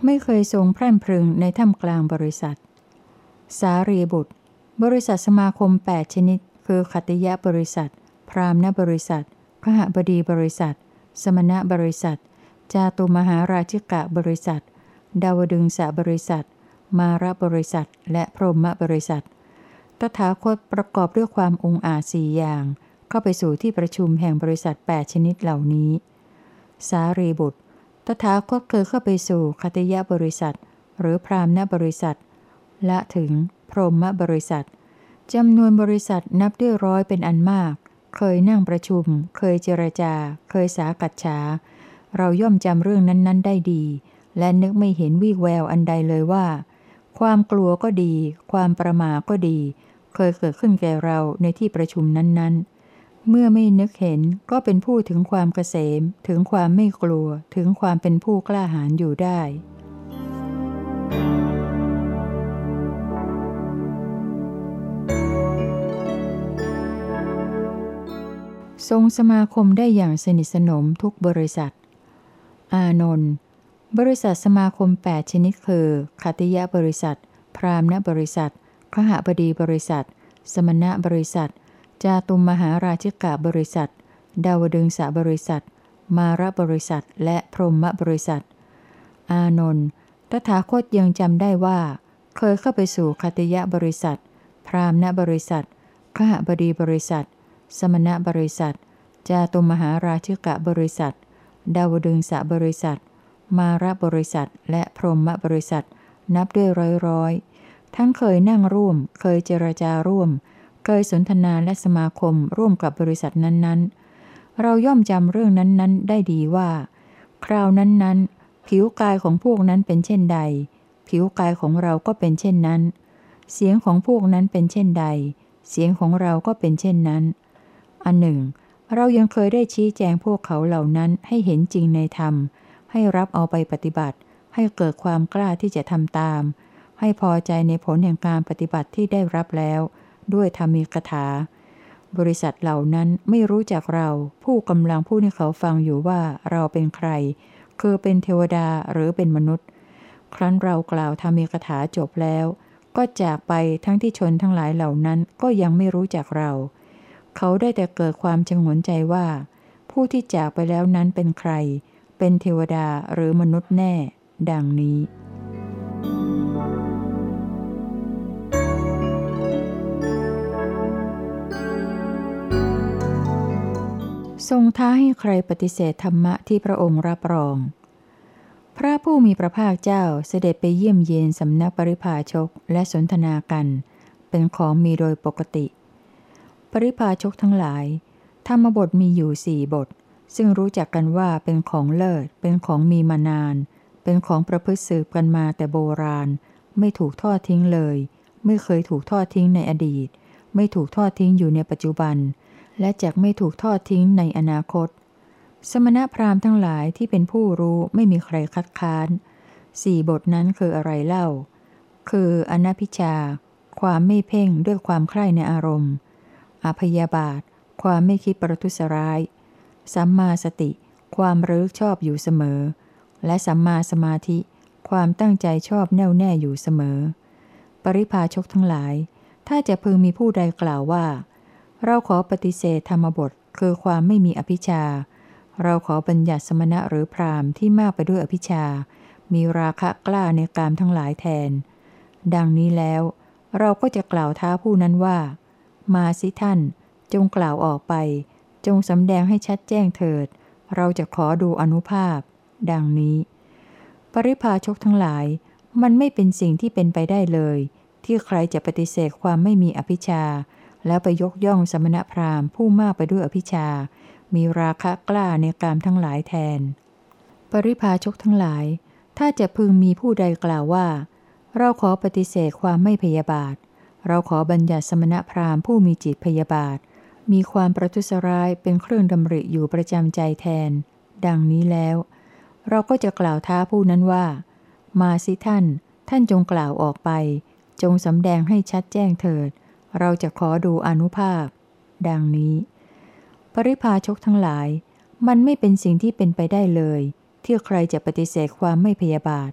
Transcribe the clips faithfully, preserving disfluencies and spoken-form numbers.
ไม่เคยทรงพรั่นพรึงในท่ามกลางบริษัทสารีบุตรบริษัทสมาคมแปดชนิดคือขัตติยบริษัทพราหมณบริษัทคหบดีบริษัทสมณบริษัทจาตุมหาราชิกะบริษัทดาวดึงสบริษัทมารบริษัทและพรหมบริษัทตถาคตประกอบด้วยความองอาจสี่อย่างเข้าไปสู่ที่ประชุมแห่งบริษัทแปดชนิดเหล่านี้สารีบุตรตถาคตเคยเข้าไปสู่ขัตติยบริษัทหรือพราหมณบริษัทละถึงพรหมบริษัทจำนวนบริษัทนับด้วยร้อยเป็นอันมากเคยนั่งประชุมเคยเจรจาเคยสากัจฉาเราย่อมจำเรื่องนั้นๆได้ดีและนึกไม่เห็นวี่แววอันใดเลยว่าความกลัวก็ดีความประหม่าก็ดีเคยเกิดขึ้นแก่เราในที่ประชุมนั้นๆเมื่อไม่นึกเห็นก็เป็นผู้ถึงความเกษมถึงความไม่กลัวถึงความเป็นผู้กล้าหาญอยู่ได้ทรงสมาคมได้อย่างสนิทสนมทุกบริษัทอานนท์บริษัทสมาคมแปดชนิดคือขัตติยบริษัทพราหมณบริษัทคหบดีบริษัทสมณบริษัทจาตุมมหาราชิกะบริษัทดาวดึงสบริษัทมารบริษัทและพรหมบริษัทอานนท์ตถาคตยังจำได้ว่าเคยเข้าไปสู่ขัตติยบริษัทพราหมณบริษัทคหบดีบริษัทสมณบริษัทจาตุมหาราชิกะบริษัทดาวดึงสบริษัทมารบริษัทและพรหมบริษัทนับด้วยร้อยๆทั้งเคยนั่งร่วมเคยเจรจาร่วมเคยสนทนาและสมาคมร่วมกับบริษัทนั้นๆเราย่อมจำเรื่องนั้นๆได้ดีว่าคราวนั้นๆผิวกายของพวกนั้นเป็นเช่นใดผิวกายของเราก็เป็นเช่นนั้นเสียงของพวกนั้นเป็นเช่นใดเสียงของเราก็เป็นเช่นนั้นอันหนึ่งเรายังเคยได้ชี้แจงพวกเขาเหล่านั้นให้เห็นจริงในธรรมให้รับเอาไปปฏิบัติให้เกิดความกล้าที่จะทำตามให้พอใจในผลแห่งการปฏิบัติที่ได้รับแล้วด้วยธรรมีกถาบริษัทเหล่านั้นไม่รู้จักเราผู้กำลังพูดให้เขาฟังอยู่ว่าเราเป็นใครคือเป็นเทวดาหรือเป็นมนุษย์ครั้นเรากล่าวธรรมีกถาจบแล้วก็จากไปทั้งที่ชนทั้งหลายเหล่านั้นก็ยังไม่รู้จักเราเขาได้แต่เกิดความชงนใจว่าผู้ที่จากไปแล้วนั้นเป็นใครเป็นเทวดาหรือมนุษย์แน่ดังนี้ทรงท้าให้ใครปฏิเสธธรรมะที่พระองค์รับรองพระผู้มีพระภาคเจ้าเสด็จไปเยี่ยมเยียนสำนักปริพาชกและสนทนากันเป็นของมีโดยปกติปริพาชกทั้งหลายธรรมบทมีอยู่สี่บทซึ่งรู้จักกันว่าเป็นของเลิศเป็นของมีมานานเป็นของประพฤติสืบกันมาแต่โบราณไม่ถูกทอดทิ้งเลยไม่เคยถูกทอดทิ้งในอดีตไม่ถูกทอดทิ้งอยู่ในปัจจุบันและจักไม่ถูกทอดทิ้งในอนาคตสมณพราหมณ์ทั้งหลายที่เป็นผู้รู้ไม่มีใครคัดค้านสี่บทนั้นคืออะไรเล่าคืออนัพพิชาความไม่เพ่งด้วยความใคร่ในอารมณ์อพยาบาทความไม่คิดประทุษร้ายสัมมาสติความระลึกชอบอยู่เสมอและสัมมาสมาธิความตั้งใจชอบแน่วแน่อยู่เสมอปริพาชกทั้งหลายถ้าจะพึงมีผู้ใดกล่าวว่าเราขอปฏิเสธธรรมบทคือความไม่มีอภิชาเราขอบัญญัติสมณะหรือพราหมณ์ที่มากไปด้วยอภิชามีราคะกล้าในกามทั้งหลายแทนดังนี้แล้วเราก็จะกล่าวท้าผู้นั้นว่ามาสิท่านจงกล่าวออกไปจงสำแดงให้ชัดแจ้งเถิดเราจะขอดูอานุภาพดังนี้ปริพาชกทั้งหลายมันไม่เป็นสิ่งที่เป็นไปได้เลยที่ใครจะปฏิเสธความไม่มีอภิชาแล้วไปยกย่องสมณพราหมณ์ผู้มากไปด้วยอภิชามีราคะกล้าในกามทั้งหลายแทนปริพาชกทั้งหลายถ้าจะพึงมีผู้ใดกล่าวว่าเราขอปฏิเสธความไม่พยาบาทเราขอบัญญัติสมณพราหมณ์ผู้มีจิตพยาบาทมีความประทุษร้ายเป็นเครื่องดำริอยู่ประจำใจแทนดังนี้แล้วเราก็จะกล่าวท้าผู้นั้นว่ามาสิท่านท่านจงกล่าวออกไปจงสำแดงให้ชัดแจ้งเถิดเราจะขอดูอานุภาพดังนี้ปริพาชกทั้งหลายมันไม่เป็นสิ่งที่เป็นไปได้เลยที่ใครจะปฏิเสธความไม่พยาบาท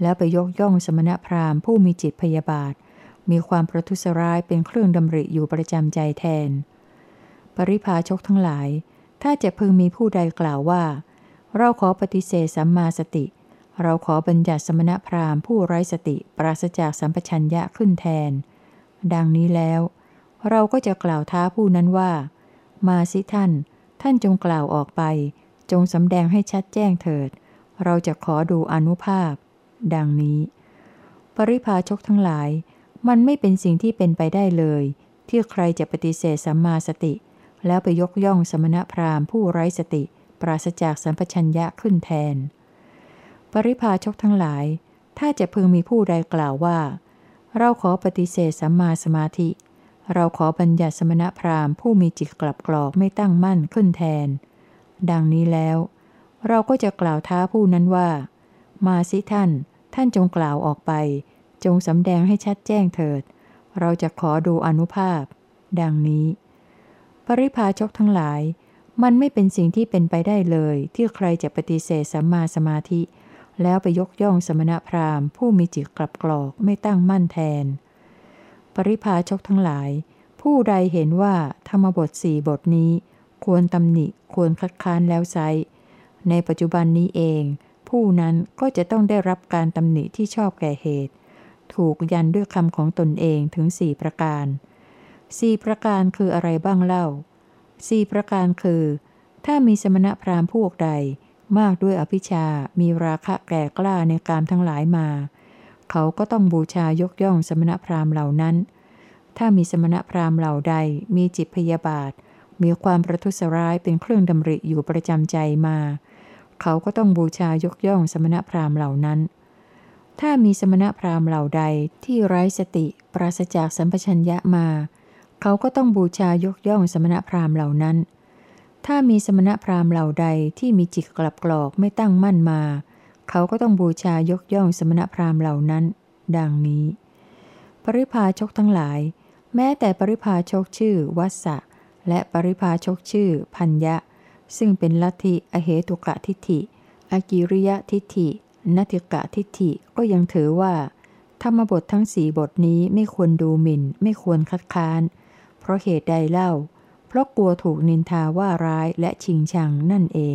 แล้วไปยกย่องสมณพราหมณ์ผู้มีจิตพยาบาทมีความประทุษร้ายเป็นเครื่องดำริอยู่ประจำใจแทนปริพาชกทั้งหลายถ้าจะพึงมีผู้ใดกล่าวว่าเราขอปฏิเสธสัมมาสติเราขอบัญญัติสมณพราหมณ์ผู้ไร้สติปราศจากสัมปชัญญะขึ้นแทนดังนี้แล้วเราก็จะกล่าวท้าผู้นั้นว่ามาสิท่านท่านจงกล่าวออกไปจงสำแดงให้ชัดแจ้งเถิดเราจะขอดูอานุภาพดังนี้ปริพาชกทั้งหลายมันไม่เป็นสิ่งที่เป็นไปได้เลยที่ใครจะปฏิเสธสัมมาสติแล้วไปยกย่องสมณพราหมณ์ผู้ไร้สติปราศจากสัมปชัญญะขึ้นแทนปริพาชกทั้งหลายถ้าจะพึงมีผู้ใดกล่าวว่าเราขอปฏิเสธสัมมาสมาธิเราขอบัญญัติสมณพราหมณ์ผู้มีจิตกลับกรอกไม่ตั้งมั่นขึ้นแทนดังนี้แล้วเราก็จะกล่าวท้าผู้นั้นว่ามาสิท่านท่านจงกล่าวออกไปจงสำแดงให้ชัดแจ้งเถิดเราจะขอดูอานุภาพดังนี้ปริพาชกทั้งหลายมันไม่เป็นสิ่งที่เป็นไปได้เลยที่ใครจะปฏิเสธสัมมาสมาธิแล้วไปยกย่องสมณพราหมณ์ผู้มีจิตกลับกรอกไม่ตั้งมั่นแทนปริพาชกทั้งหลายผู้ใดเห็นว่าธรรมบทสี่บทนี้ควรตำหนิควรคัดค้านแล้วไซร้ในปัจจุบันนี้เองผู้นั้นก็จะต้องได้รับการตำหนิที่ชอบแก่เหตุถูกยันด้วยคำของตนเองถึงสี่ประการสี่ประการคืออะไรบ้างเล่าสี่ประการคือถ้ามีสมณพราหมณ์พวกใดมากด้วยอภิชามีราคะแก่กล้าในกามทั้งหลายมาเขาก็ต้องบูชายกย่องสมณพราหมณ์เหล่านั้นถ้ามีสมณพราหมณ์เหล่าใดมีจิตพยาบาทมีความประทุษร้ายเป็นเครื่องดำริอยู่ประจำใจมาเขาก็ต้องบูชายกย่องสมณพราหมณ์เหล่านั้นถ้ามีสมณพราหมณ์เหล่าใดที่ไร้สติปราศจากสัมปชัญญะมาเขาก็ต้องบูชายกย่องสมณพราหมณ์เหล่านั้นถ้ามีสมณพราหมณ์เหล่าใดที่มีจิตกลับกรอกไม่ตั้งมั่นมาเขาก็ต้องบูชายกย่องสมณพราหมณ์เหล่านั้นดังนี้ปริพาชกทั้งหลายแม้แต่ปริพาชกชื่อวัสสะและปริพาชกชื่อพัญญะซึ่งเป็นลัทธิอเหตุกะทิฏฐิอกิริยทิฏฐินัตถิกะทิฏฐิก็ยังถือว่าธรรมบททั้งสี่บทนี้ไม่ควรดูหมิ่นไม่ควรคัดค้านเพราะเหตุใดเล่าเพราะกลัวถูกนินทาว่าร้ายและชิงชังนั่นเอง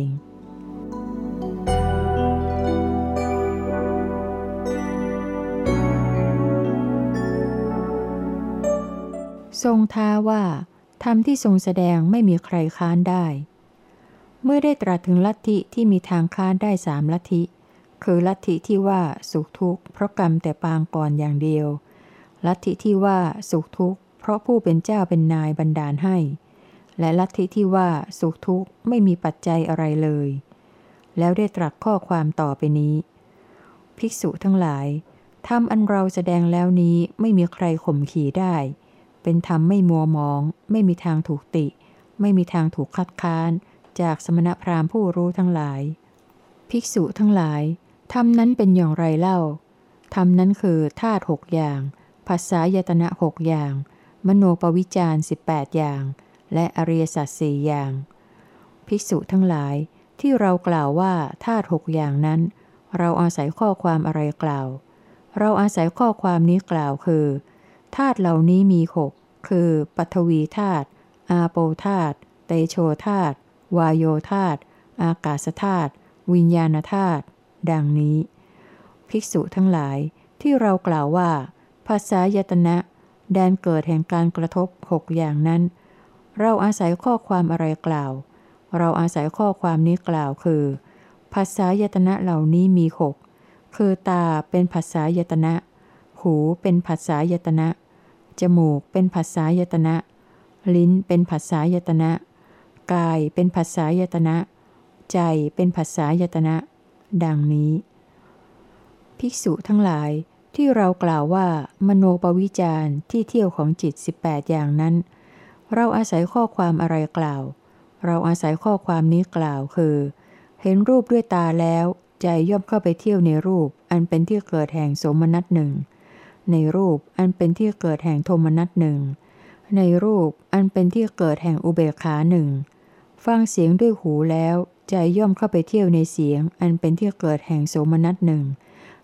ทรงท้าว่าธรรมที่ทรงแสดงไม่มีใครค้านได้เมื่อได้ตรัสถึงลัทธิที่มีทางค้านได้สามลัทธิคือลัทธิที่ว่าสุขทุกข์เพราะกรรมแต่ปางก่อนอย่างเดียวลัทธิที่ว่าสุขทุกข์เพราะผู้เป็นเจ้าเป็นนายบันดาลให้และลัทธิที่ว่าสุขทุกข์ไม่มีปัจจัยอะไรเลยแล้วได้ตรัสข้อความต่อไปนี้ภิกษุทั้งหลายธรรมอันเราแสดงแล้วนี้ไม่มีใครข่มขีได้เป็นธรรมไม่มัวมองไม่มีทางถูกติไม่มีทางถูกคัดค้านจากสมณพราหมณ์ผู้รู้ทั้งหลายภิกษุทั้งหลายธรรมนั้นเป็นอย่างไรเล่าธรรมนั้นคือธาตุหกอย่างผัสสะยตนะหกอย่างมโนปวิจารสิบแปดอย่างและอริยสัจสี่อย่างภิกษุทั้งหลายที่เรากล่าวว่าธาตุหกอย่างนั้นเราอาศัยข้อความอะไรกล่าวเราอาศัยข้อความนี้กล่าวคือธาตุเหล่านี้มีหกคือปฐวีธาตุอาโปธาตุเตโชธาตุวายโยธาตุอากาศธาตุวิญญาณธาตุดังนี้ภิกษุทั้งหลายที่เรากล่าวว่าภาษายตนะแดนเกิดแห่งการกระทบหกอย่างนั้นเราอาศัยข้อความอะไรกล่าวเราอาศัยข้อความนี้กล่าวคือภาษายตนะเหล่านี้มีหกคือตาเป็นภาษายตนะหูเป็นภาษายตนะจมูกเป็นภาษายตนะลิ้นเป็นภาษายตนะกายเป็นภาษายตนะใจเป็นภาษายตนะดังนี้ภิกษุทั้งหลายที่เรากล่าวว่ามโนปวิจารที่เที่ยวของจิตสิบแปดอย่างนั้นเราอาศัยข้อความอะไรกล่าวเราอาศัยข้อความนี้กล่าวคือเห็นรูปด้วยตาแล้วใจย่อมเข้าไปเที่ยวในรูปอันเป็นที่เกิดแห่งโสมนัสหนึ่งในรูปอันเป็นที่เกิดแห่งโทมนัสหนึ่งในรูปอันเป็นที่เกิดแห่งอุเบกขาหนึ่งฟังเสียงด้วยหูแล้วใจย่อมเข้าไปเที่ยวในเสียงอันเป็นที่เกิดแห่งโสมนัสหนึ่ง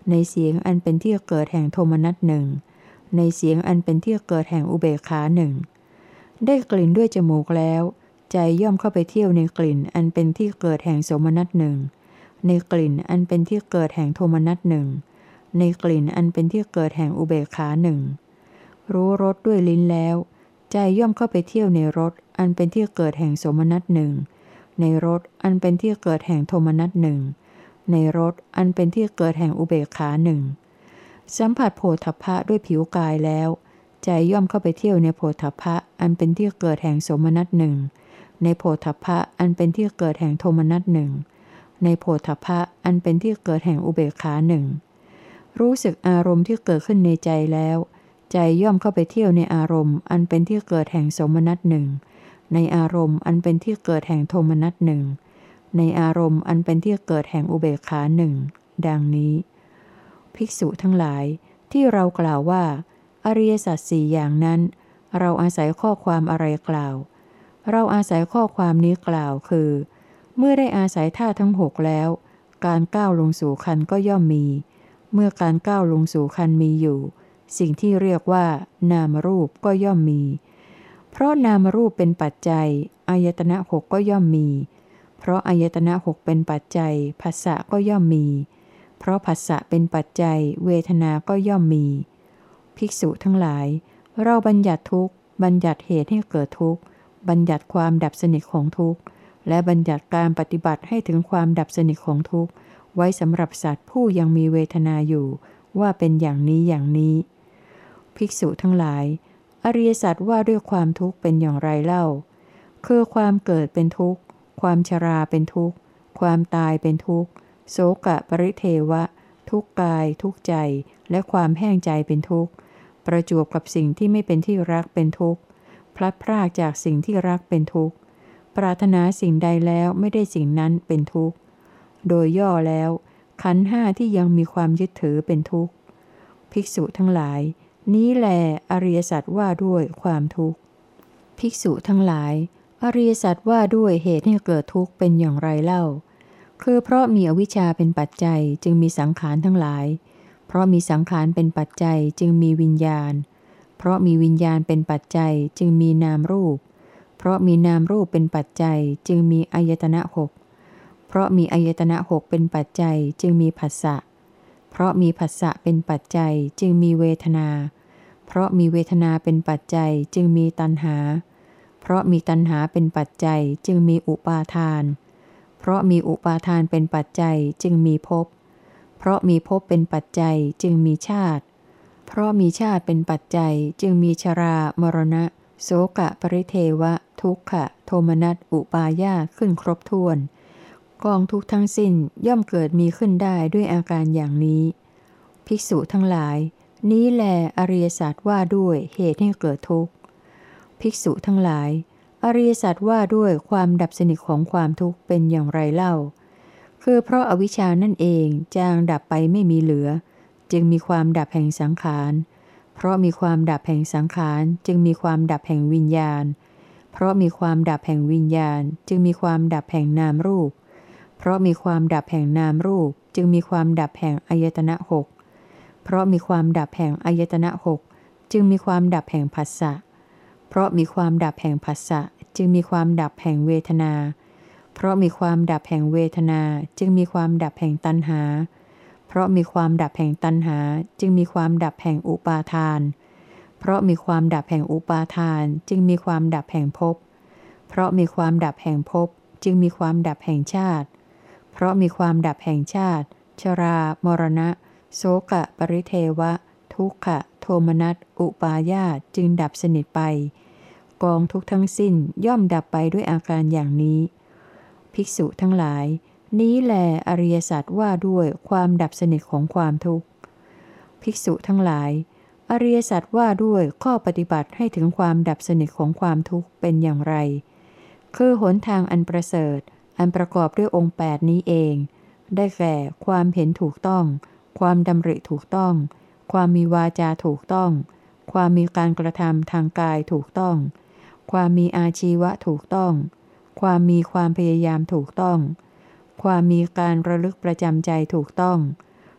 ในเสียงอันเป็นที่เกิดแห่งโทมนัสหนึ่งในเสียงอันเป็นที่เกิดแห่งอุเบกขาหนึ่งได้กลิ่นด้วยจมูกแล้วใจย่อมเข้าไปเที่ยวในกลิ่นอันเป็นที่เกิดแห่งโสมนัสหนึ่งในกลิ่นอันเป็นที่เกิดแห่งโทมนัสหนึ่งในกลิ่นอันเป็นที่เกิดแห่งอุเบกขาหนึ่งรู้รสด้วยลิ้นแล้วใจย่อมเข้าไปเที่ยวในรสอันเป็นที่เกิดแห่งโสมนัสหนึ่งในรสอันเป็นที่เกิดแห่งโทมนัสหนึ่งในรสอันเป็นที่เกิดแห่งอุเบกขาหนึ่งสัมผัสโผฏฐัพพะด้วยผิวกายแล้วใจย่อมเข้าไปเที่ยวในโผฏฐัพพะอันเป็นที่เกิดแห่งโสมนัสหนึ่งในโผฏฐัพพะอันเป็นที่เกิดแห่งโทมนัสหนึ่งในโผฏฐัพพะอันเป็นที่เกิดแห่งอุเบกขาหนึ่งรู้สึกอารมณ์ที่เกิดขึ้นในใจแล้วใจย่อมเข้าไปเที่ยวในอารมณ์อันเป็นที่เกิดแห่งโสมนัสหนึ่งในอารมณ์อันเป็นที่เกิดแห่งโทมนัสหนึ่งในอารมณ์อันเป็นที่เกิดแห่งอุเบกขาหนึ่งดังนี้ภิกษุทั้งหลายที่เรากล่าวว่าอริยสัจสี่อย่างนั้นเราอาศัยข้อความอะไรกล่าวเราอาศัยข้อความนี้กล่าวคือเมื่อได้อาศัยธาตุทั้งหกแล้วการก้าวลงสู่คันก็ย่อมมีเมื่อการก้าวลงสู่คันมีอยู่สิ่งที่เรียกว่านามรูปก็ย่อมมีเพราะนามรูปเป็นปัจจัยอายตนะหกก็ย่อมมีเพราะอายตนะหกเป็นปัจจัยผัสสะก็ย่อมมีเพราะผัสสะเป็นปัจจัยเวทนาก็ย่อมมีภิกษุทั้งหลายเราบัญญัติทุกข์บัญญัติเหตุให้เกิดทุกข์บัญญัติความดับสนิทของทุกข์และบัญญัติการปฏิบัติให้ถึงความดับสนิทของทุกข์ไว้สำหรับสัตว์ผู้ยังมีเวทนาอยู่ว่าเป็นอย่างนี้อย่างนี้ภิกษุทั้งหลายอริยสัจว่าด้วยความทุกข์เป็นอย่างไรเล่าคือความเกิดเป็นทุกข์ความชราเป็นทุกข์ความตายเป็นทุกข์โศกะปริเทวะทุกข์กายทุกข์ใจและความแห้งใจเป็นทุกข์ประจวบกับสิ่งที่ไม่เป็นที่รักเป็นทุกข์พลัดพรากจากสิ่งที่รักเป็นทุกข์ปรารถนาสิ่งใดแล้วไม่ได้สิ่งนั้นเป็นทุกข์โดยย่อแล้วขันธ์ห้าที่ยังมีความยึดถือเป็นทุกข์ภิกษุทั้งหลายนี้แลอริยสัจว่าด้วยความทุกข์ภิกษุทั้งหลายอริยสัจว่าด้วยเหตุให้เกิดทุกข์เป็นอย่างไรเล่าคือเพราะมีอวิชชาเป็นปัจจัยจึงมีสังขารทั้งหลายเพราะมีสังขารเป็นปัจจัยจึงมีวิญญาณเพราะมีวิญญาณเป็นปัจจัยจึงมีนามรูปเพราะมีนามรูปเป็นปัจจัยจึงมีอายตนะหกเพราะมีอายตนะหกเป็นปัจจัยจึงมีผัสสะเพราะมีผัสสะเป็นปัจจัยจึงมีเวทนาเพราะมีเวทนาเป็นปัจจัยจึงมีตัณหาเพราะมีตัณหาเป็นปัจจัยจึงมีอุปาทานเพราะมีอุปาทานเป็นปัจจัยจึงมีภพเพราะมีภพเป็นปัจจัยจึงมีชาติเพราะมีชาติเป็นปัจจัยจึงมีชรามรณะโสกะปริเทวะทุกขะโทมนัสอุปาญาสขึ้นครบถ้วนกองทุกข์ทั้งสิ้นย่อมเกิดมีขึ้นได้ด้วยอาการอย่างนี้ภิกษุทั้งหลายนี้แลอริยสัจว่าด้วยเหตุให้เกิดทุกข์ภิกษุทั้งหลายอริยสัจว่าด้วยความดับสนิทของความทุกข์เป็นอย่างไรเล่าคือเพราะอวิชชานั่นเองจางดับไปไม่มีเหลือจึงมีความดับแห่งสังขารเพราะมีความดับแห่งสังขารจึงมีความดับแห่งวิญญาณเพราะมีความดับแห่งวิญญาณจึงมีความดับแห่งนามรูปเพราะมีความดับแห่งนามรูปจึงมีความดับแห่งอายตนะหกเพราะมีความดับแห่งอายตนะหกจึงมีความดับแห่งผัสสะเพราะมีความดับแห่งผัสสะจึงมีความดับแห่งเวทนาเพราะมีความดับแห่งเวทนาจึงมีความดับแห่งตัณหาเพราะมีความดับแห่งตัณหาจึงมีความดับแห่งอุปาทานเพราะมีความดับแห่งอุปาทานจึงมีความดับแห่งภพเพราะมีความดับแห่งภพจึงมีความดับแห่งชาติเพราะมีความดับแห่งชาติชรามรณะโสกะปริเทวะทุกขะโทมนัสอุปาญาสจึงดับสนิทไปกองทุกข์ทั้งสิ้นย่อมดับไปด้วยอาการอย่างนี้ภิกษุทั้งหลายนี้แลอริยสัจว่าด้วยความดับสนิทของความทุกข์ภิกษุทั้งหลายอริยสัจว่าด้วยข้อปฏิบัติให้ถึงความดับสนิทของความทุกข์เป็นอย่างไรคือหนทางอันประเสริฐอันประกอบด้วยองค์แปดนี้เองได้แก่ความเห็นถูกต้องความดำริถูกต้องความมีวาจาถูกต้องความมีการกระทำทางกายถูกต้องความมีอาชีวะถูกต้องความมีความพยายามถูกต้องความมีการระลึกประจำใจถูกต้อง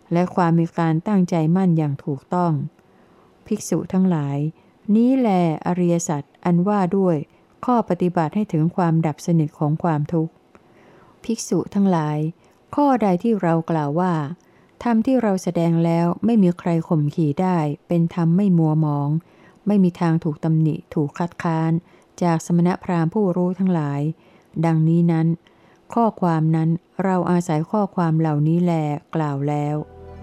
และความมีการตั้งใจมั่นอย่างถูกต้องภิกษุทั้งหลายนี้แลอริยสัจอันว่าด้วยข้อปฏิบัติให้ถึงความดับสนิทของความทุกข์ภิกษุทั้งหลายข้อใดที่เรากล่าวว่าธรรมที่เราแสดงแล้วไม่มีใครข่มขี่ได้เป็นธรรมไม่มัวมองไม่มีทางถูกตำหนิถูกคัดค้านจากสมณพราหมณ์ผู้รู้ทั้งหลายดังนี้นั้นข้อความนั้นเราอาศัยข้อความเหล่านี้แลกล่าวแล้ว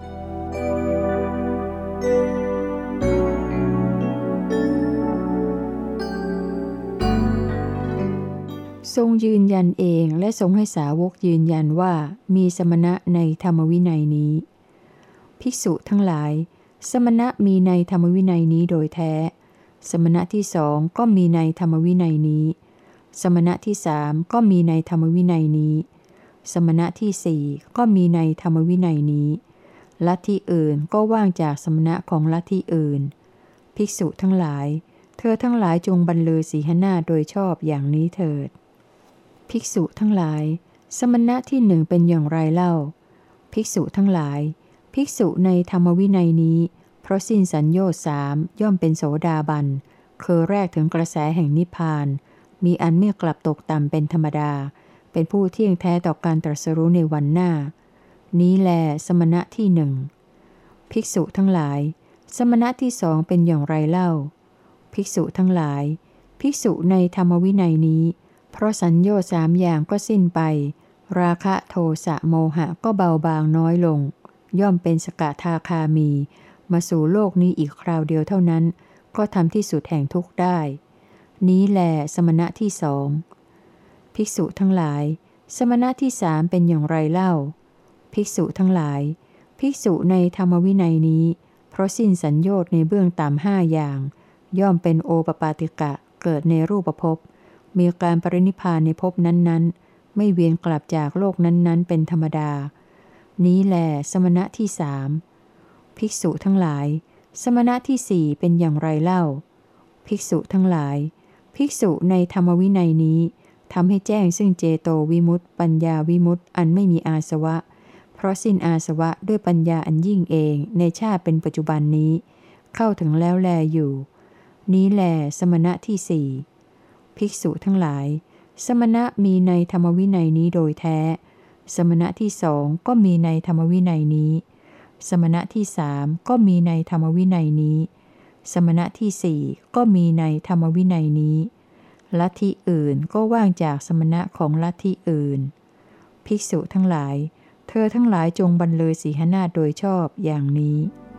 ทรงยืนยันเองและทรงให้สาวกยืนยันว่ามีสมณะในธรรมวินัยนี้ภิกษุทั้งหลายสมณะมีในธรรมวินัยนี้โดยแท้สมณะที่สองก็มีในธรรมวินัยนี้สมณะที่สามก็มีในธรรมวินัยนี้สมณะที่สี่ก็มีในธรรมวินัยนี้ลัทธิอื่นก็ว่างจากสมณะของลัทธิอื่นภิกษุทั้งหลายเธอทั้งหลายจงบรรลือสีหนาโดยชอบอย่างนี้เถิดภิกษุทั้งหลายสมณะที่หนึ่งเป็นอย่างไรเล่าภิกษุทั้งหลายภิกษุในธรรมวินัยนี้เพราะสิ้นสัญโยชน์สามย่อมเป็นโสดาบันคือแรกถึงกระแสแห่งนิพพานมีอันไม่กลับตกต่ำเป็นธรรมดาเป็นผู้เที่ยงแท้ต่อการตรัสรู้ในวันหน้านี้แลสมณะที่หนึ่งภิกษุทั้งหลายสมณะที่สองเป็นอย่างไรเล่าภิกษุทั้งหลายภิกษุในธรรมวินัยนี้เพราะสัญโยชน์สามอย่างก็สิ้นไปราคะโทสะโมหะก็เบาบางน้อยลงย่อมเป็นสกทาคามีมาสู่โลกนี้อีกคราวเดียวเท่านั้นก็ทำที่สุดแห่งทุกข์ได้นี้แลสมณะที่สองภิกษุทั้งหลายสมณะที่สามเป็นอย่างไรเล่าภิกษุทั้งหลายภิกษุในธรรมวินัยนี้เพราะสิ้นสัญโยชน์ในเบื้องต่ำห้าอย่างย่อมเป็นโอปปาติกะเกิดในรูปภพมีการปรินิพพานในภพนั้นๆไม่เวียนกลับจากโลกนั้นๆเป็นธรรมดานี้แลสมณะที่สามภิกษุทั้งหลายสมณะที่สี่เป็นอย่างไรเล่าภิกษุทั้งหลายภิกษุในธรรมวินัยนี้ทำให้แจ้งซึ่งเจโตวิมุตติปัญญาวิมุตติอันไม่มีอาสวะเพราะสิ้นอาสวะด้วยปัญญาอันยิ่งเองในชาติเป็นปัจจุบันนี้เข้าถึงแล้วแลอยู่นี้แลสมณะที่สี่ภิกษุทั้งหลายสมณะมีในธรรมวินัยนี้โดยแท้สมณะที่สองก็มีในธรรมวินัยนี้สมณะที่สามก็มีในธรรมวินัยนี้สมณะที่สี่ก็มีในธรรมวินัยนี้ลัทธิอื่นก็ว่างจากสมณะของลัทธิอื่นภิกษุทั้งหลายเธอทั้งหลายจงบรรลือสีหนาโดยชอบอย่างนี้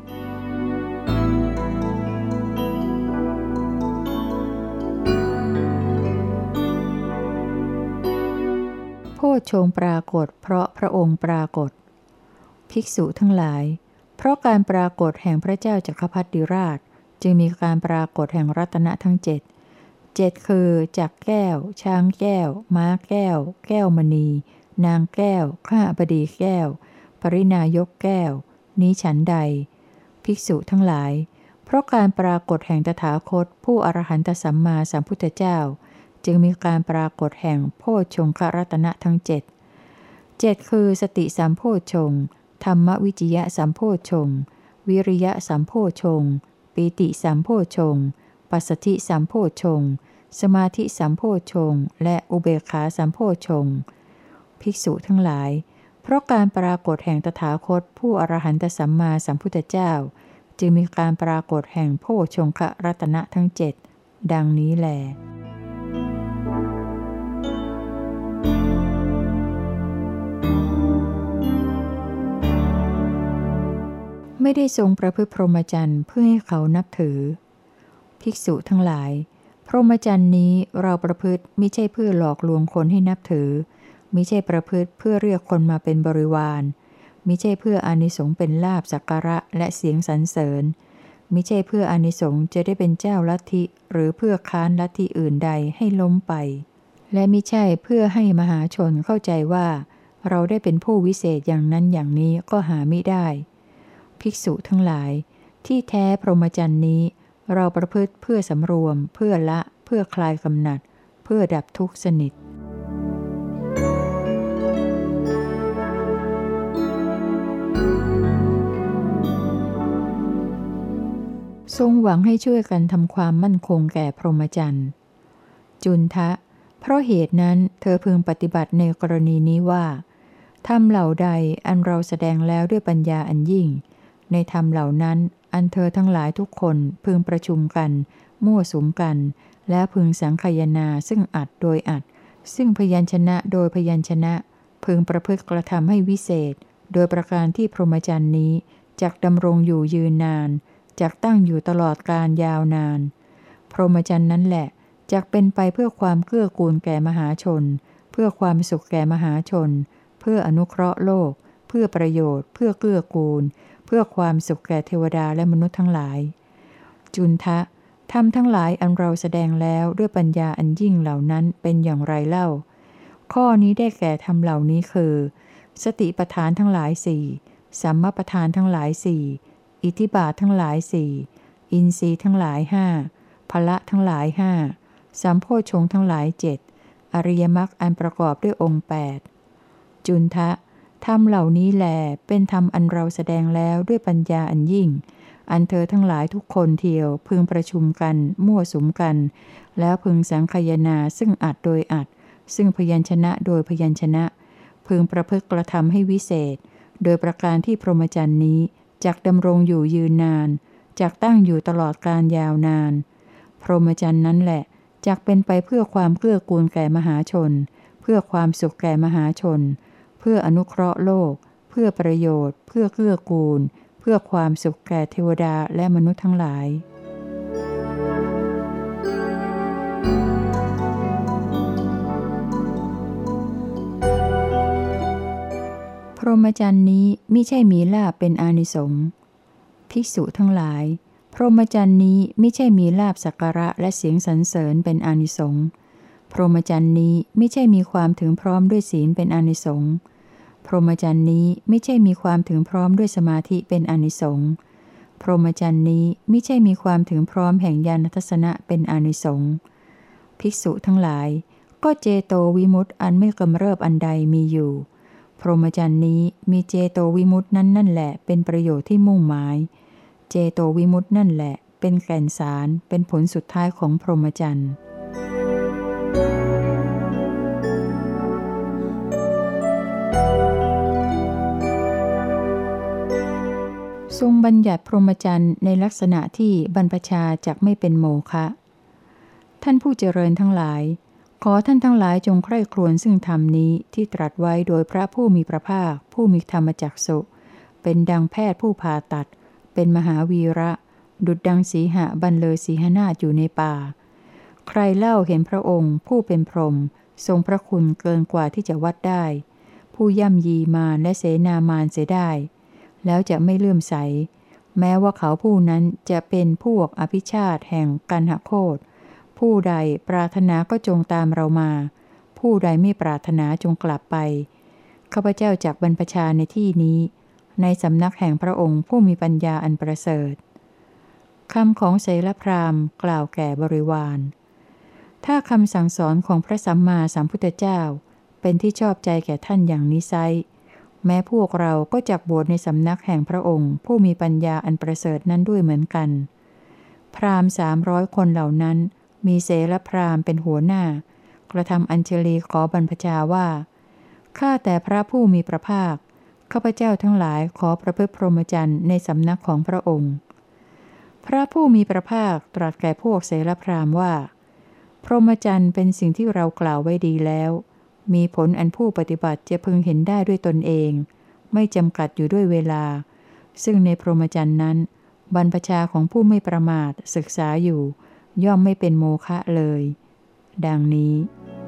โพชฌงค์ปรากฏเพราะพระองค์ปรากฏภิกษุทั้งหลายเพราะการปรากฏแห่งพระเจ้าจักรพรรดิราชจึงมีการปรากฏแห่งรัตนะทั้งเจ็ดเจ็ดคือจักรแก้วช้างแก้วม้าแก้วแก้วมณีนางแก้วข้าบดีแก้วปรินายกแก้วนี้ฉันใดภิกษุทั้งหลายเพราะการปรากฏแห่งตถาคตผู้อรหันตสัมมาสัมพุทธเจ้าจึงมีการปรากฏแห่งโพชฌงครัตนะทั้งเจ็ดเจ็ดคือสติสัมโพชฌงค์ธรรมวิจยะสัมโพชฌงค์วิริยะสัมโพชฌงค์ปีติสัมโพชฌงค์ปัสสธิสัมโพชฌงค์สมาธิสัมโพชฌงค์และอุเบกขาสัมโพชฌงค์ภิกษุทั้งหลายเพราะการปรากฏแห่งตถาคตผู้อรหันตสัมมาสัมพุทธเจ้าจึงมีการปรากฏแห่งโพชฌงครัตนะทั้งเจ็ดดังนี้แลไม่ได้ทรงประพฤติพรหมจรรย์เพื่อให้เขานับถือภิกษุทั้งหลายพรหมจรรย์นี้เราประพฤติมิใช่เพื่อหลอกลวงคนให้นับถือมิใช่ประพฤติเพื่อเรียกคนมาเป็นบริวารมิใช่เพื่ออานิสงส์เป็นลาภสักการะและเสียงสรรเสริญมิใช่เพื่ออานิสงส์จะได้เป็นเจ้าลัทธิหรือเพื่อค้านลัทธิอื่นใดให้ล้มไปและมิใช่เพื่อให้มหาชนเข้าใจว่าเราได้เป็นผู้วิเศษอย่างนั้นอย่างนี้ก็หาไม่ได้ภิกษุทั้งหลายที่แท้พรหมจรรย์นี้เราประพฤติเพื่อสำรวมเพื่อละเพื่อคลายกำหนัดเพื่อดับทุกข์สนิททรงหวังให้ช่วยกันทำความมั่นคงแก่พรหมจรรย์จุนทะเพราะเหตุนั้นเธอพึงปฏิบัติในกรณีนี้ว่าธรรมเหล่าใดอันเราแสดงแล้วด้วยปัญญาอันยิ่งในธรรมเหล่านั้นอันเธอทั้งหลายทุกคนพึงประชุมกันมั่วสุมกันและพึงสังคายนาซึ่งอัดโดยอัดซึ่งพยัญชนะโดยพยัญชนะพึงประพฤติกระทำให้วิเศษโดยประการที่พรหมจรรย์นี้จักดำรงอยู่ยืนนานจักตั้งอยู่ตลอดกาลยาวนานพรหมจรรย์นั้นแหละจักเป็นไปเพื่อความเกื้อกูลแก่มหาชนเพื่อความสุขแก่มหาชนเพื่ออนุเคราะห์โลกเพื่อประโยชน์เพื่อเกื้อกูลเพื่อความสุขแก่เทวดาและมนุษย์ทั้งหลายจุนทะธรรมทั้งหลายอันเราแสดงแล้วด้วยปัญญาอันยิ่งเหล่านั้นเป็นอย่างไรเล่าข้อนี้ได้แก่ธรรมเหล่านี้คือสติปัฏฐานทั้งหลายสี่สัมมาปัฏฐานทั้งหลายสี่อิทธิบาททั้งหลายสี่อินทรีย์ทั้งหลายห้าพละทั้งหลายห้าสัมโพชฌงค์ทั้งหลายเจ็ดอริยมรรคอันประกอบด้วยองค์แปดจุนทะธรรมเหล่านี้แลเป็นธรรมอันเราแสดงแล้วด้วยปัญญาอันยิ่งอันเธอทั้งหลายทุกคนเที่ยวพึงประชุมกันมั่วสุมกันแล้วพึงสังคายนาซึ่งอัดโดยอัดซึ่งพยัญชนะโดยพยัญชนะพึงประพฤติกระทำให้วิเศษโดยประการที่พรหมจรรย์นี้จักดำรงอยู่ยืนนานจักตั้งอยู่ตลอดกาลยาวนานพรหมจรรย์นั้นแหละจักเป็นไปเพื่อความเกื้อกูลแก่มหาชนเพื่อความสุขแก่มหาชนเพื่ออนุเคราะห์โลกเพื่อประโยชน์เพื่อเกื้อกูลเพื่อความสุขแก่เทวดาและมนุษย์ทั้งหลายพรหมจรรย์นี้มิใช่มีลาภเป็นอานิสงส์ภิกษุทั้งหลายพรหมจรรย์นี้มิใช่มีลาภสักการะและเสียงสรรเสริญเป็นอานิสงส์พรหมจรรย์นี้มิใช่มีความถึงพร้อมด้วยศีลเป็นอานิสงส์พรหมจรรย์นี้ไม่ใช่มีความถึงพร้อมด้วยสมาธิเป็นอานิสงส์พรหมจรรย์นี้ไม่ใช่มีความถึงพร้อมแห่งญาณทัศนะเป็นอานิสงส์ภิกษุทั้งหลายก็เจโตวิมุตติอันไม่กำเริบอันใดมีอยู่พรหมจรรย์นี้มีเจโตวิมุตตินั้นนั่นแหละเป็นประโยชน์ที่มุ่งหมายเจโตวิมุตตินั่นแหละเป็นแก่นสารเป็นผลสุดท้ายของพรหมจรรย์ทรงบัญญัติพรหมจรรย์ในลักษณะที่บรรพชาจักไม่เป็นโมฆะท่านผู้เจริญทั้งหลายขอท่านทั้งหลายจงใคร่ครวญซึ่งธรรมนี้ที่ตรัสไว้โดยพระผู้มีพระภาคผู้มีธรรมจักสุเป็นดังแพทย์ผู้ผ่าตัดเป็นมหาวีระดุจดังสีหะบรรเลอสีหนาฏอยู่ในป่าใครเล่าเห็นพระองค์ผู้เป็นพรหมทรงพระคุณเกินกว่าที่จะวัดได้ผู้ย่ำยีมารและเสนามารเสียได้แล้วจะไม่เลื่อมใสแม้ว่าเขาผู้นั้นจะเป็นพวกอภิชาติแห่งกันหโคตผู้ใดปรารถนาก็จงตามเรามาผู้ใดไม่ปรารถนาจงกลับไปข้าพเจ้าจักบรรพชาในที่นี้ในสำนักแห่งพระองค์ผู้มีปัญญาอันประเสริฐคำของเสรพราหมณ์กล่าวแก่บริวารถ้าคำสั่งสอนของพระสัมมาสัมพุทธเจ้าเป็นที่ชอบใจแก่ท่านอย่างนี้ไซร้แม้พวกเราก็จักบวชในสำนักแห่งพระองค์ผู้มีปัญญาอันประเสริฐนั้นด้วยเหมือนกันพราหมณ์สามร้อยคนเหล่านั้นมีเสรพราหมณ์เป็นหัวหน้ากระทำอัญเชลีขอบรรพชาว่าข้าแต่พระผู้มีพระภาคข้าพเจ้าทั้งหลายขอประพฤติพรหมจรรย์ในสำนักของพระองค์พระผู้มีพระภาคตรัสแก่พวกเสรพราหมณ์ว่าพรหมจรรย์เป็นสิ่งที่เรากล่าวไว้ดีแล้วมีผลอันผู้ปฏิบัติจะพึงเห็นได้ด้วยตนเองไม่จำกัดอยู่ด้วยเวลาซึ่งในพรหมจรรย์นั้นบรรพชาของผู้ไม่ประมาทศึกษาอยู่ย่อมไม่เป็นโมฆะเลยดังนี้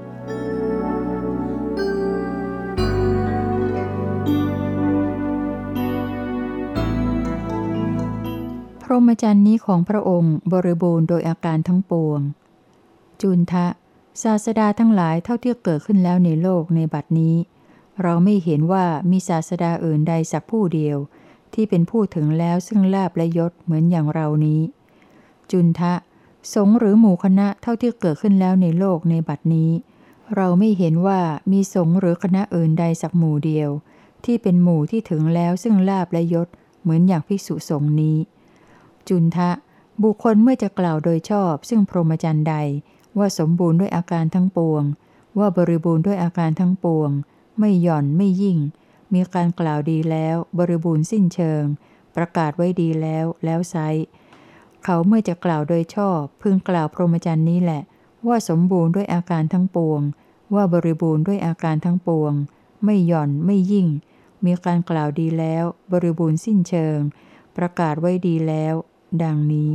พรหมจรรย์นี้ของพระองค์บริบูรณ์โดยอาการทั้งปวงจุนทะศาสดาทั้งหลายเท่าที่เกิดขึ้นแล้วในโลกในบัดนี้เราไม่เห็นว่ามีศาสดาอื่นใดสักผู้เดียวที่เป็นผู้ถึงแล้วซึ่งลาภและยศเหมือนอย่างเรานี้จุนทะสงฆ์หรือหมู่คณะเท่าที่เกิดขึ้นแล้วในโลกในบัดนี้เราไม่เห็นว่ามีสงฆ์หรือคณะอื่นใดสักหมู่เดียวที่เป็นหมู่ที่ถึงแล้วซึ่งลาภและยศเหมือนอย่างภิกษุสงฆ์นี้จุนทะบุคคลเมื่อจะกล่าวโดยชอบซึ่งพรหมจรรย์ใดว่าสมบูรณ์ด้วยอาการทั้งปวงว่าบริบูรณ์ด้วยอาการทั้งปวงไม่หย่อนไม่ยิ่งมีการกล่าวดีแล้วบริบูรณ์สิ้นเชิงประกาศไว้ดีแล้วแล้วไซร้เขาเมื่อจะกล่าวโดยชอบพึงกล่าวพรหมจรรย์นี้แหละว่าสมบูรณ์ด้วยอาการทั้งปวงว่าบริบูรณ์ด้วยอาการทั้งปวงไม่หย่อนไม่ยิ่งมีการกล่าวดีแล้วบริบูรณ์สิ้นเชิงประกาศไว้ดีแล้วดังนี้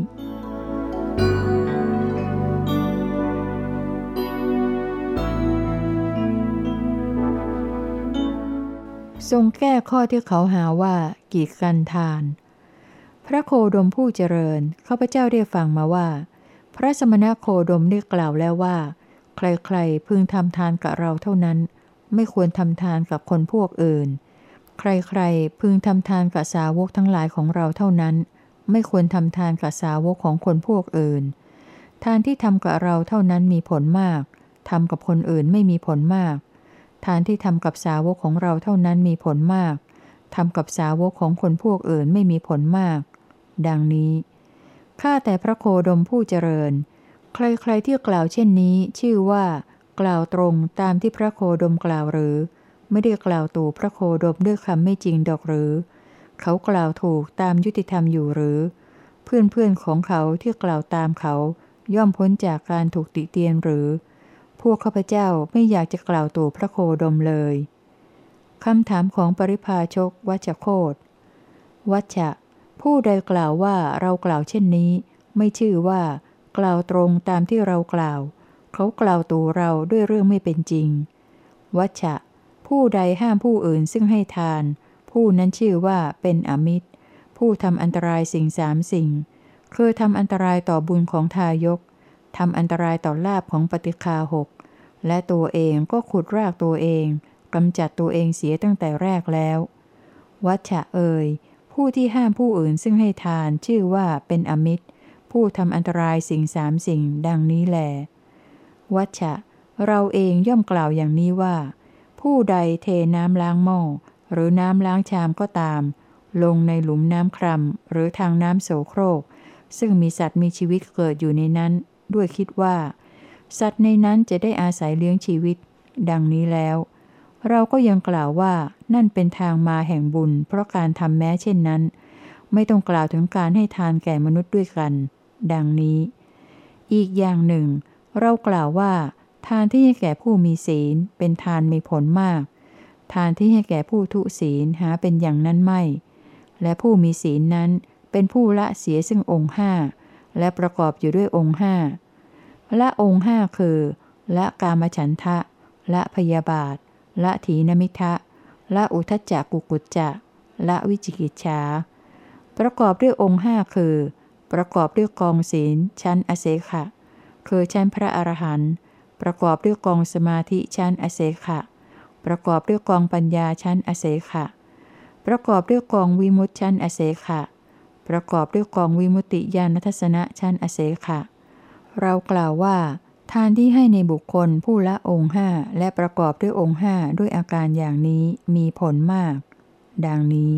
ทรงแก้ข้อที่เขาหาว่ากีดกันทานพระโคดมผู้เจริญข้าพเจ้าได้ฟังมาว่าพระสมณโคดมได้กล่าวแล้วว่าใครๆพึงทำทานกับเราเท่านั้นไม่ควรทำทานกับคนพวกอื่นใครๆพึงทำทานกับสาวกทั้งหลายของเราเท่านั้นไม่ควรทำทานกับสาวกของคนพวกอื่นทานที่ทำกับเราเท่านั้นมีผลมากทำกับคนอื่นไม่มีผลมากทานที่ทำกับสาวกของเราเท่านั้นมีผลมากทำกับสาวกของคนพวกอื่นไม่มีผลมากดังนี้ข้าแต่พระโคดมผู้เจริญใครๆที่กล่าวเช่นนี้ชื่อว่ากล่าวตรงตามที่พระโคดมกล่าวหรือไม่ได้กล่าวตู่พระโคดมด้วยคำไม่จริงดอกหรือเขากล่าวถูกตามยุติธรรมอยู่หรือเพื่อนๆของเขาที่กล่าวตามเขาย่อมพ้นจากการถูกติเตียนหรือพวกข้าพเจ้าไม่อยากจะกล่าวตู่พระโคดมเลยคำถามของปริพาชกวัชโคตวัชชะผู้ใดกล่าวว่าเรากล่าวเช่นนี้ไม่ชื่อว่ากล่าวตรงตามที่เรากล่าวเขากล่าวตู่เราด้วยเรื่องไม่เป็นจริงวัชชะผู้ใดห้ามผู้อื่นซึ่งให้ทานผู้นั้นชื่อว่าเป็นอมิตรผู้ทำอันตรายสิ่งสามสิ่งคือทำอันตรายต่อบุญของทายกทำอันตรายต่อลาภของปฏิฆาหกและตัวเองก็ขุดรากตัวเองกำจัดตัวเองเสียตั้งแต่แรกแล้ววัชชะเอ่ยผู้ที่ห้ามผู้อื่นซึ่งให้ทานชื่อว่าเป็นอมิตรผู้ทำอันตรายสิ่งสามสิ่งดังนี้แลวัชชะเราเองย่อมกล่าวอย่างนี้ว่าผู้ใดเทน้ำล้างหม้อหรือน้ำล้างชามก็ตามลงในหลุมน้ำคร่ำหรือทางน้ำโสโครกซึ่งมีสัตว์มีชีวิตเกิดอยู่ในนั้นด้วยคิดว่าสัตว์ในนั้นจะได้อาศัยเลี้ยงชีวิตดังนี้แล้วเราก็ยังกล่าวว่านั่นเป็นทางมาแห่งบุญเพราะการทำแม้เช่นนั้นไม่ต้องกล่าวถึงการให้ทานแก่มนุษย์ด้วยกันดังนี้อีกอย่างหนึ่งเรากล่าวว่าทานที่ให้แก่ผู้มีศีลเป็นทานมีผลมากทานที่ให้แก่ผู้ทุศีลหาเป็นอย่างนั้นไม่และผู้มีศีลนั้นเป็นผู้ละเสียซึ่งองค์ห้าและประกอบอยู่ด้วยองค์ห้าละองค์ห้าคือละกามฉันทะละพยาบาทละถีนมิทะละอุทจจกุกุจจะละวิจิกิจฉาประกอบด้วยองค์ห้าคือประกอบด้วยกองศีลชั้นอเสขะคือชั้นพระอรหันต์ประกอบด้วยกองสมาธิชั้นอเสขะประกอบด้วยกองปัญญาชั้นอเสขะประกอบด้วยกองวิมุตติชั้นอเสขะประกอบด้วยกองวิมุตติญาณทัสสนะชั้นอเสขะเรากล่าวว่าทานที่ให้ในบุคคลผู้ละองค์ห้าและประกอบด้วยองค์ห้าด้วยอาการอย่างนี้มีผลมากดังนี้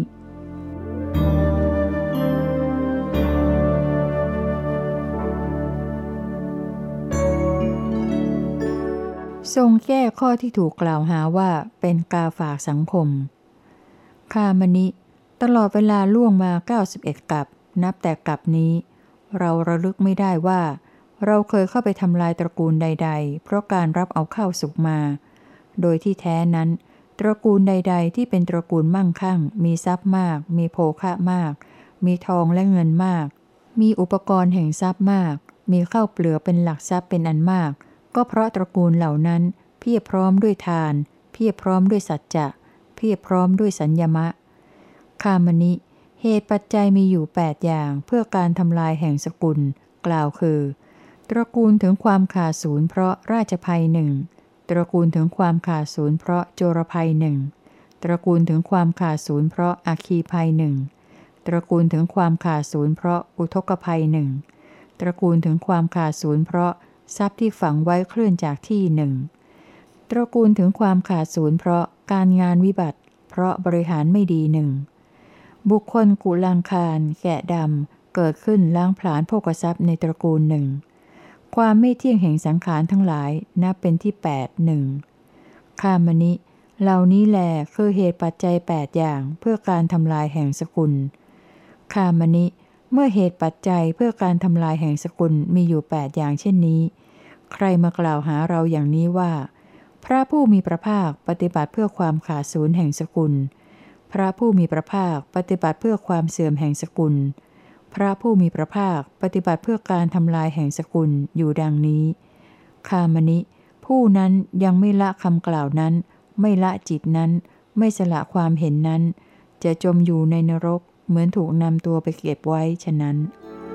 ทรงแก้ข้อที่ถูกกล่าวหาว่าเป็นกาฝากสังคมคามณิตลอดเวลาล่วงมาเก้าสิบเอ็ดกัปนับแต่กัปนี้เราระลึกไม่ได้ว่าเราเคยเข้าไปทำลายตระกูลใดๆเพราะการรับเอาข้าวสุกมาโดยที่แท้นั้นตระกูลใดๆที่เป็นตระกูลมั่งคั่งมีทรัพย์มากมีโภคะมากมีทองและเงินมากมีอุปกรณ์แห่งทรัพย์มากมีข้าวเปลือกเป็นหลักทรัพย์เป็นอันมากก็เพราะตระกูลเหล่านั้นเพียบพร้อมด้วยทานเพียบพร้อมด้วยสัจจะเพียบพร้อมด้วยสัญญมะคามณิเหตุปัจจัยมีอยู่แปดอย่างเพื่อการทำลายแห่งสกุลกล่าวคือตระกูลถึงความขาดศูนย์เพราะราชภัยหนึ่งตระกูลถึงความขาดศูนย์เพราะโจรภัยหนึ่งตระกูลถึงความขาดศูนย์เพราะอัคคีภัยหนึ่งตระกูลถึงความขาดศูนย์เพราะอุทกภัยหนึ่งตระกูลถึงความขาดศูนย์เพราะทรัพย์ที่ฝังไว้เคลื่อนจากที่หนึ่งตระกูลถึงความขาดศูนย์เพราะการงานวิบัติเพราะบริหารไม่ดีหนึ่งบุคคลกุลังคารแกะดำเกิดขึ้นล้างผลาญโภคทรัพย์ในตระกูลหนึ่งความไม่เที่ยงแห่งสังขารทั้งหลายนับเป็นที่แปดหนึ่งคามนิเหล่านี้แลคือเหตุปัจจัยแปดอย่างเพื่อการทำลายแห่งสกุลคามนิเมื่อเหตุปัจจัยเพื่อการทำลายแห่งสกุลมีอยู่แปดอย่างเช่นนี้ใครมากล่าวหาเราอย่างนี้ว่าพระผู้มีพระภาคปฏิบัติเพื่อความขาดศูนย์แห่งสกุลพระผู้มีพระภาคปฏิบัติเพื่อความเสื่อมแห่งสกุลพระผู้มีพระภาคปฏิบัติเพื่อการทำลายแห่งสกุลอยู่ดังนี้คามนิผู้นั้นยังไม่ละคำกล่าวนั้นไม่ละจิตนั้นไม่สละความเห็นนั้นจะจมอยู่ในนรกเหมือนถูกนำตัวไปเก็บไว้ฉะนั้น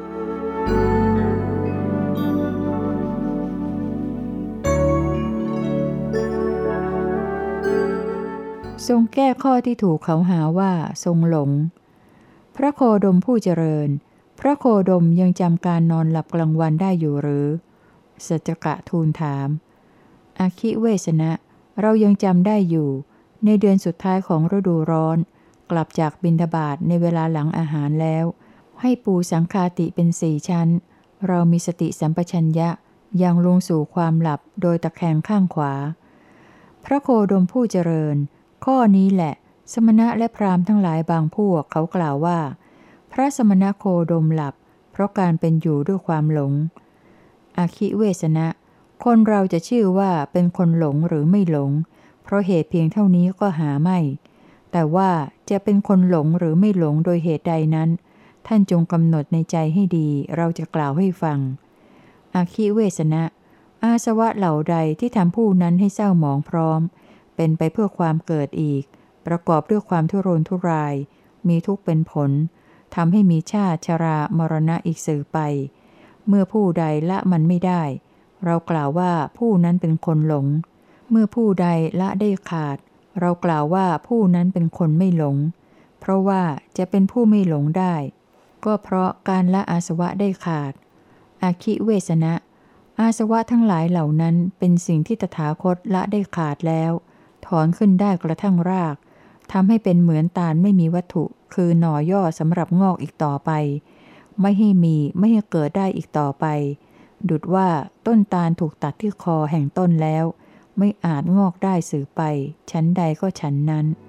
ทรงแก้ข้อที่ถูกเขาหาว่าทรงหลงพระโคดมผู้เจริญพระโคดมยังจำการนอนหลับกลางวันได้อยู่หรือสัจจกะทูลถามอาคิเวสนะเรายังจำได้อยู่ในเดือนสุดท้ายของฤดูร้อนกลับจากบิณฑบาตในเวลาหลังอาหารแล้วให้ปูสังฆาติเป็นสี่ชั้นเรามีสติสัมปชัญญะยังลงสู่ความหลับโดยตะแคงข้างขวาพระโคดมผู้เจริญข้อนี้แหละสมณะและพราหมณ์ทั้งหลายบางพวกเขากล่าวว่าพระสมณโคดมหลับเพราะการเป็นอยู่ด้วยความหลงอาคิเวสนะคนเราจะชื่อว่าเป็นคนหลงหรือไม่หลงเพราะเหตุเพียงเท่านี้ก็หาไม่แต่ว่าจะเป็นคนหลงหรือไม่หลงโดยเหตุใดนั้นท่านจงกำหนดในใจให้ดีเราจะกล่าวให้ฟังอาคิเวสนะอาสวะเหล่าใดที่ทำผู้นั้นให้เศร้าหมองพร้อมเป็นไปเพื่อความเกิดอีกประกอบด้วยความทุรนทุรายมีทุกข์เป็นผลทำให้มีชาติชรามรณะอีกสืบไปเมื่อผู้ใดละมันไม่ได้เรากล่าวว่าผู้นั้นเป็นคนหลงเมื่อผู้ใดละได้ขาดเรากล่าวว่าผู้นั้นเป็นคนไม่หลงเพราะว่าจะเป็นผู้ไม่หลงได้ก็เพราะการละอาสวะได้ขาดอาคิเวสนะอาสวะทั้งหลายเหล่านั้นเป็นสิ่งที่ตถาคตละได้ขาดแล้วถอนขึ้นได้กระทั่งรากทำให้เป็นเหมือนตาลไม่มีวัตถุคือหน่อย่อสำหรับงอกอีกต่อไปไม่ให้มีไม่ให้เกิดได้อีกต่อไปดุจว่าต้นตาลถูกตัดที่คอแห่งต้นแล้วไม่อาจงอกได้สืบไปชั้นใดก็ชั้นนั้น